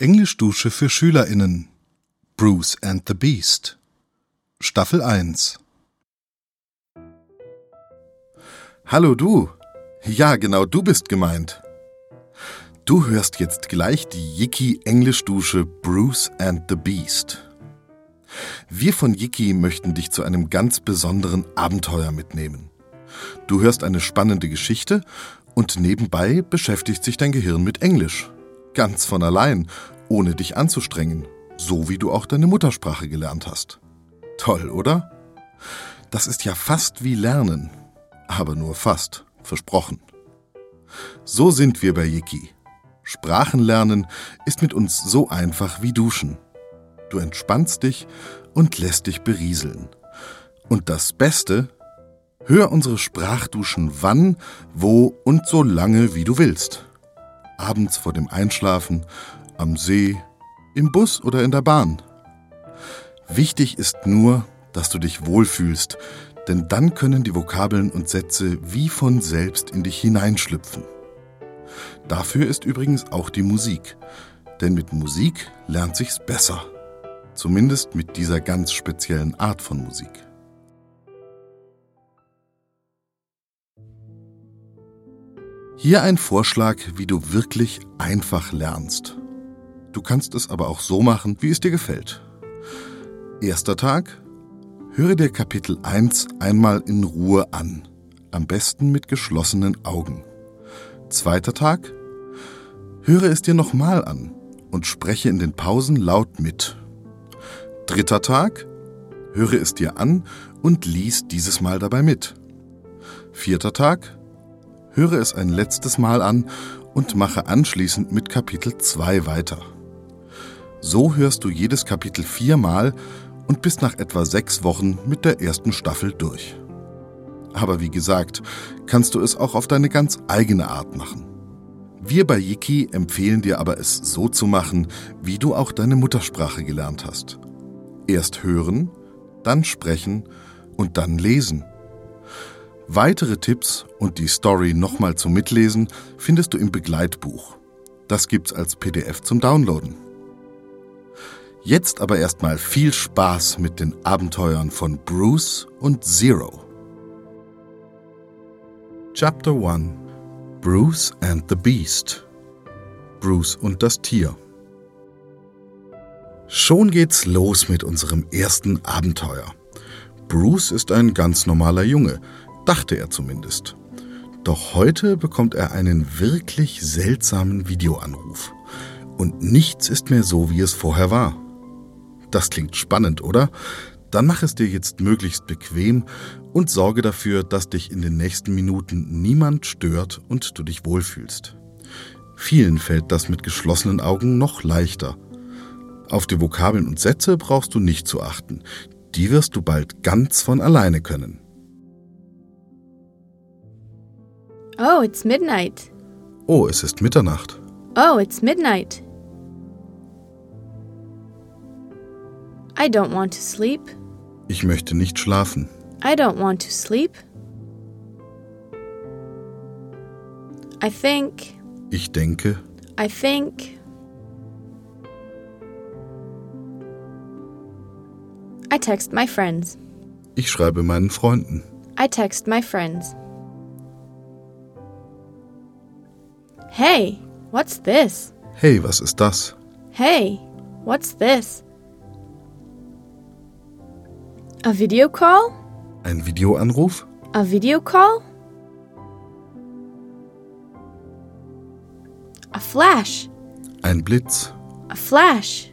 Englischdusche für SchülerInnen. Bruce and the Beast. Staffel 1. Hallo du. Ja, genau, du bist gemeint. Du hörst jetzt gleich die Yiki Englischdusche Bruce and the Beast. Wir von Yiki möchten dich zu einem ganz besonderen Abenteuer mitnehmen. Du hörst eine spannende Geschichte und nebenbei beschäftigt sich dein Gehirn mit Englisch. Ganz von allein, ohne dich anzustrengen, so wie du auch deine Muttersprache gelernt hast. Toll, oder? Das ist ja fast wie Lernen, aber nur fast, versprochen. So sind wir bei Yiki. Sprachenlernen ist mit uns so einfach wie Duschen. Du entspannst dich und lässt dich berieseln. Und das Beste: hör unsere Sprachduschen wann, wo und so lange wie du willst. Abends vor dem Einschlafen, am See, im Bus oder in der Bahn. Wichtig ist nur, dass du dich wohlfühlst, denn dann können die Vokabeln und Sätze wie von selbst in dich hineinschlüpfen. Dafür ist übrigens auch die Musik, denn mit Musik lernt sich's besser. Zumindest mit dieser ganz speziellen Art von Musik. Hier ein Vorschlag, wie du wirklich einfach lernst. Du kannst es aber auch so machen, wie es dir gefällt. Erster Tag: höre dir Kapitel 1 einmal in Ruhe an, am besten mit geschlossenen Augen. Zweiter Tag: höre es dir nochmal an und spreche in den Pausen laut mit. Dritter Tag: höre es dir an und lies dieses Mal dabei mit. Vierter Tag: höre es ein letztes Mal an und mache anschließend mit Kapitel 2 weiter. So hörst du jedes Kapitel 4-mal und bist nach etwa 6 Wochen mit der ersten Staffel durch. Aber wie gesagt, kannst du es auch auf deine ganz eigene Art machen. Wir bei Yiki empfehlen dir aber, es so zu machen, wie du auch deine Muttersprache gelernt hast. Erst hören, dann sprechen und dann lesen. Weitere Tipps und die Story nochmal zum Mitlesen findest du im Begleitbuch. Das gibt's als PDF zum Downloaden. Jetzt aber erstmal viel Spaß mit den Abenteuern von Bruce und Zero. Chapter 1: Bruce and the Beast. Bruce und das Tier. Schon geht's los mit unserem ersten Abenteuer. Bruce ist ein ganz normaler Junge, dachte er zumindest. Doch heute bekommt er einen wirklich seltsamen Videoanruf. Und nichts ist mehr so, wie es vorher war. Das klingt spannend, oder? Dann mach es dir jetzt möglichst bequem und sorge dafür, dass dich in den nächsten Minuten niemand stört und du dich wohlfühlst. Vielen fällt das mit geschlossenen Augen noch leichter. Auf die Vokabeln und Sätze brauchst du nicht zu achten. Die wirst du bald ganz von alleine können. Oh, it's midnight. Oh, es ist Mitternacht. Oh, it's midnight. I don't want to sleep. Ich möchte nicht schlafen. I don't want to sleep. I think. Ich denke. I think. I text my friends. Ich schreibe meinen Freunden. I text my friends. Hey, what's this? Hey, was ist das? Hey, what's this? A video call? Ein Videoanruf? A video call? A flash. Ein Blitz. A flash.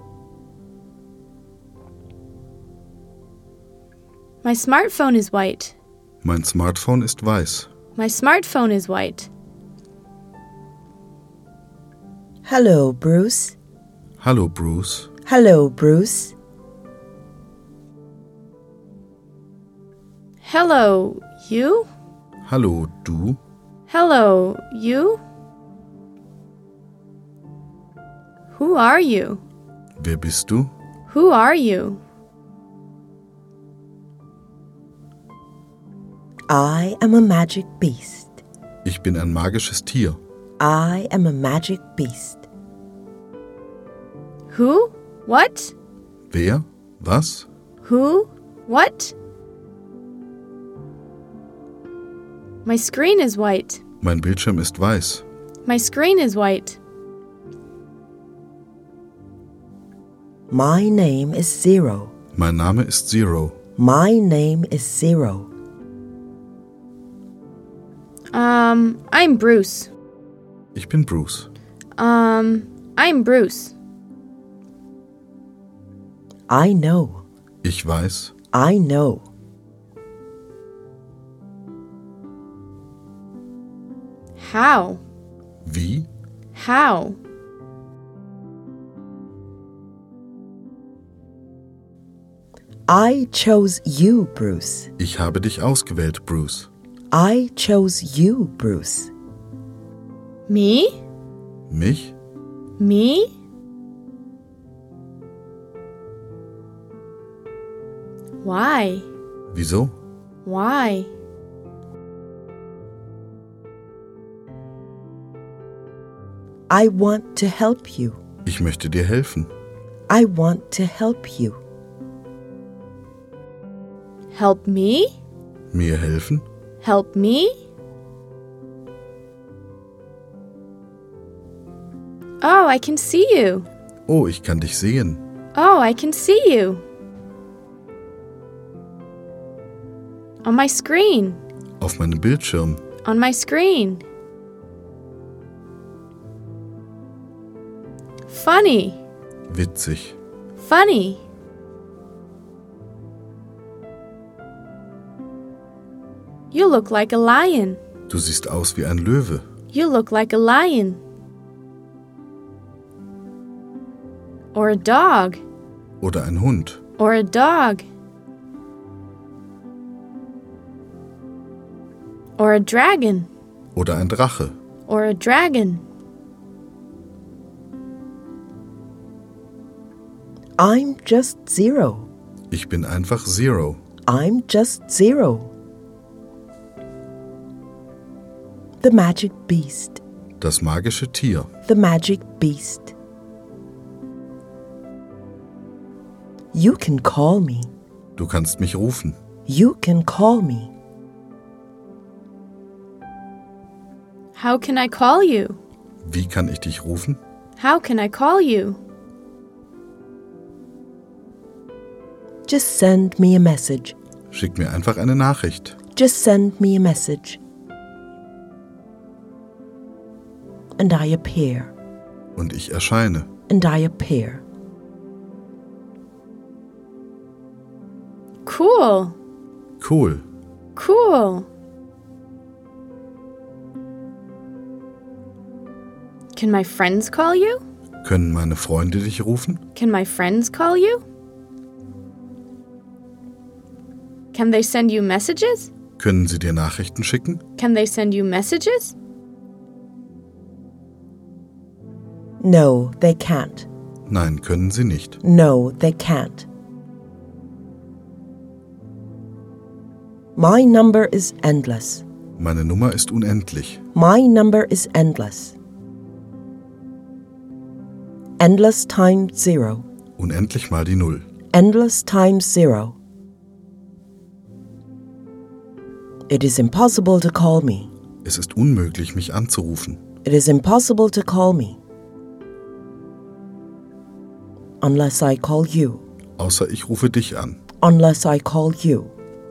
My smartphone is white. Mein Smartphone ist weiß. My smartphone is white. Hello, Bruce. Hallo, Bruce. Hello, Bruce. Hello, you? Hallo, du? Hello, you? Who are you? Wer bist du? Who are you? I am a magic beast. Ich bin ein magisches Tier. I am a magic beast. Who? What? Wer? Was? Who? What? My screen is white. Mein Bildschirm ist weiß. My screen is white. My name is Zero. Mein Name ist Zero. My name is Zero. I'm Bruce. Ich bin Bruce. I'm Bruce. I know. Ich weiß. I know. How? Wie? How? I chose you, Bruce. Ich habe dich ausgewählt, Bruce. I chose you, Bruce. Me? Mich? Me? Why? Wieso? Why? I want to help you. Ich möchte dir helfen. I want to help you. Help me? Mir helfen? Help me? Oh, I can see you. Oh, ich kann dich sehen. Oh, I can see you. On my screen. Auf meinem Bildschirm. On my screen. Funny. Witzig. Funny. You look like a lion. Du siehst aus wie ein Löwe. You look like a lion. Or a dog. Oder ein Hund. Or a dog. Or a dragon. Oder ein Drache. Or a dragon. I'm just Zero. Ich bin einfach Zero. I'm just Zero. The magic beast. Das magische Tier. The magic beast. You can call me. Du kannst mich rufen. You can call me. How can I call you? Wie kann ich dich rufen? How can I call you? Just send me a message. Schick mir einfach eine Nachricht. Just send me a message. And I appear. Und ich erscheine. And I appear. Cool. Cool. Cool. Can my friends call you? Können meine Freunde dich rufen? Can my friends call you? Can they send you messages? Können sie dir Nachrichten schicken? Can they send you messages? No, they can't. Nein, können sie nicht. No, they can't. My number is endless. Meine Nummer ist unendlich. My number is endless. Endless times zero. Unendlich mal die Null. Endless times zero. It is impossible to call me. Es ist unmöglich, mich anzurufen. It is impossible to call me. Unless I call you. Außer ich rufe dich an. Unless I call you.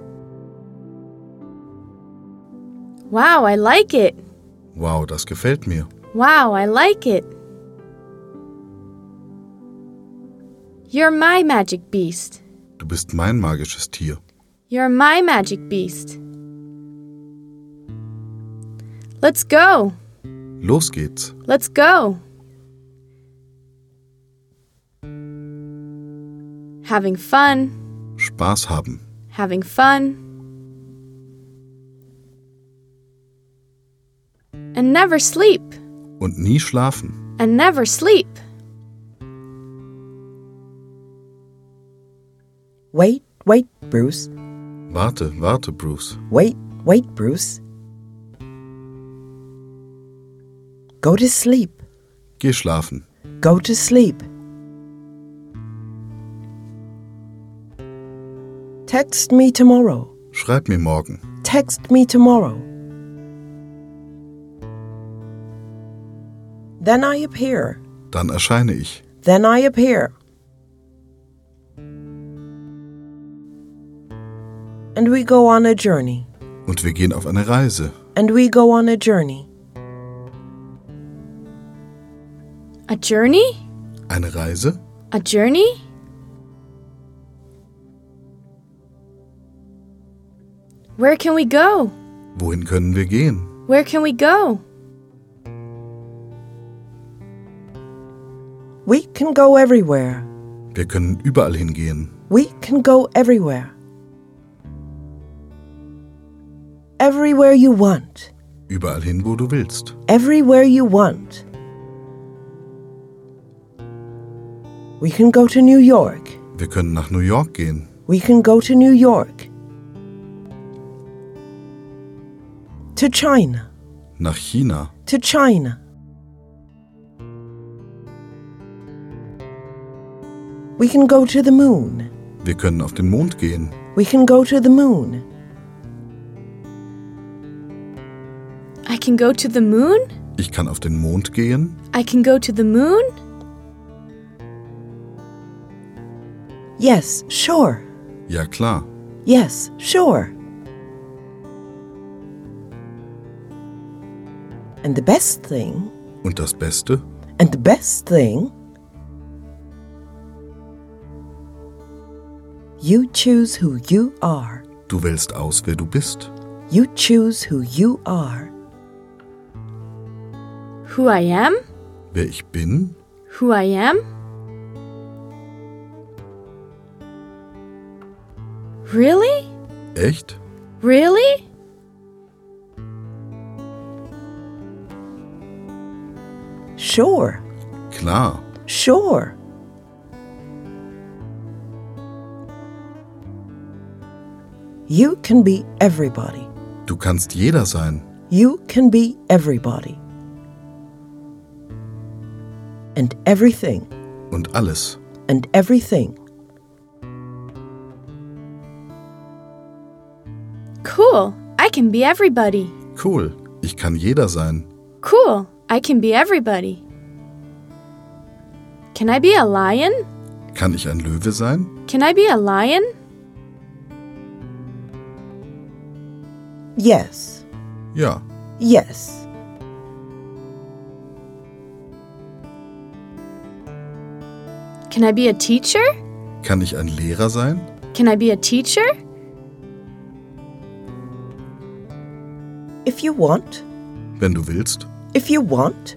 Wow, I like it. Wow, das gefällt mir. Wow, I like it. You're my magic beast. Du bist mein magisches Tier. You're my magic beast. Let's go. Los geht's. Let's go. Having fun. Spaß haben. Having fun. And never sleep. Und nie schlafen. And never sleep. Wait, wait, Bruce. Warte, warte, Bruce. Wait, wait, Bruce. Go to sleep. Geh schlafen. Go to sleep. Text me tomorrow. Schreib mir morgen. Text me tomorrow. Then I appear. Dann erscheine ich. Then I appear. And we go on a journey. Und wir gehen auf eine Reise. And we go on a journey. A journey? Eine Reise? A journey? Where can we go? Wohin können wir gehen? Where can we go? We can go everywhere. Wir können überall hingehen. We can go everywhere. Everywhere you want. Überall hin, wo du willst. Everywhere you want. We can go to New York. Wir können nach New York gehen. We can go to New York. To China. Nach China. To China. We can go to the moon. Wir können auf den Mond gehen. We can go to the moon. I can go to the moon? Ich kann auf den Mond gehen. I can go to the moon? Yes, sure. Ja, klar. Yes, sure. And the best thing, Und das Beste? and the best thing, you choose who you are. Du wählst aus, wer du bist. You choose who you are. Who I am? Wer ich bin? Who I am? Really? Echt? Really? Sure, Klar. sure. You can be everybody. Du kannst jeder sein. You can be everybody. And everything, Und alles. and everything. Cool. I can be everybody. Cool. Ich kann jeder sein. Cool. I can be everybody. Can I be a lion? Kann ich ein Löwe sein? Can I be a lion? Yes, Ja. yes. Can I be a teacher? Kann ich ein Lehrer sein? Can I be a teacher? If you want, Wenn du willst. if you want.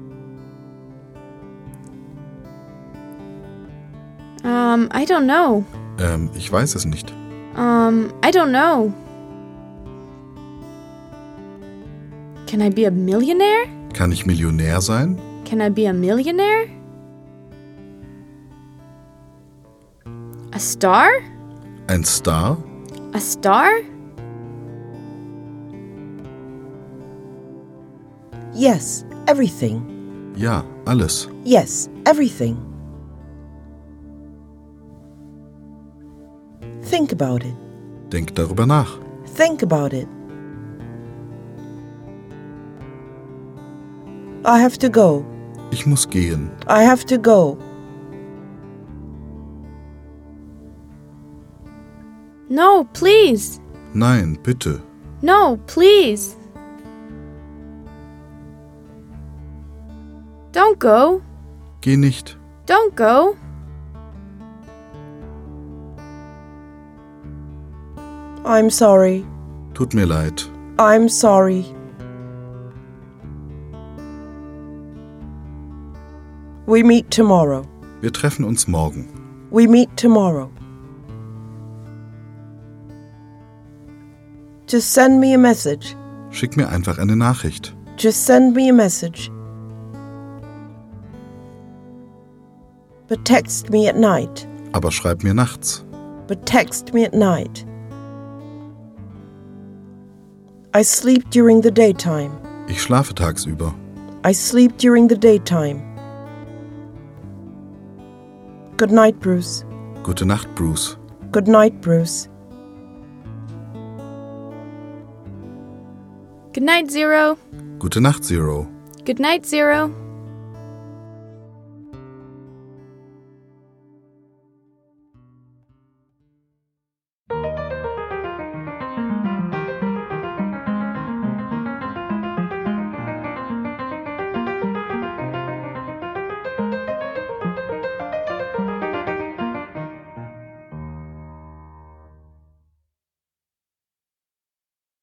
I don't know. Ich weiß es nicht. I don't know. Can I be a millionaire? Kann ich Millionär sein? Can I be a millionaire? A star? Ein Star? A star? Yes, everything. Ja, alles. Yes, everything. Think about it. Denk darüber nach. Think about it. I have to go. Ich muss gehen. I have to go. No, please. Nein, bitte. No, please. Don't go. Geh nicht. Don't go. I'm sorry. Tut mir leid. I'm sorry. We meet tomorrow. Wir treffen uns morgen. We meet tomorrow. Just send me a message. Schick mir einfach eine Nachricht. Just send me a message. But text me at night. Aber schreib mir nachts. But text me at night. I sleep during the daytime. Ich schlafe tagsüber. I sleep during the daytime. Good night, Bruce. Gute Nacht, Bruce. Good night, Bruce. Good night, Zero. Gute Nacht, Zero. Good night, Zero.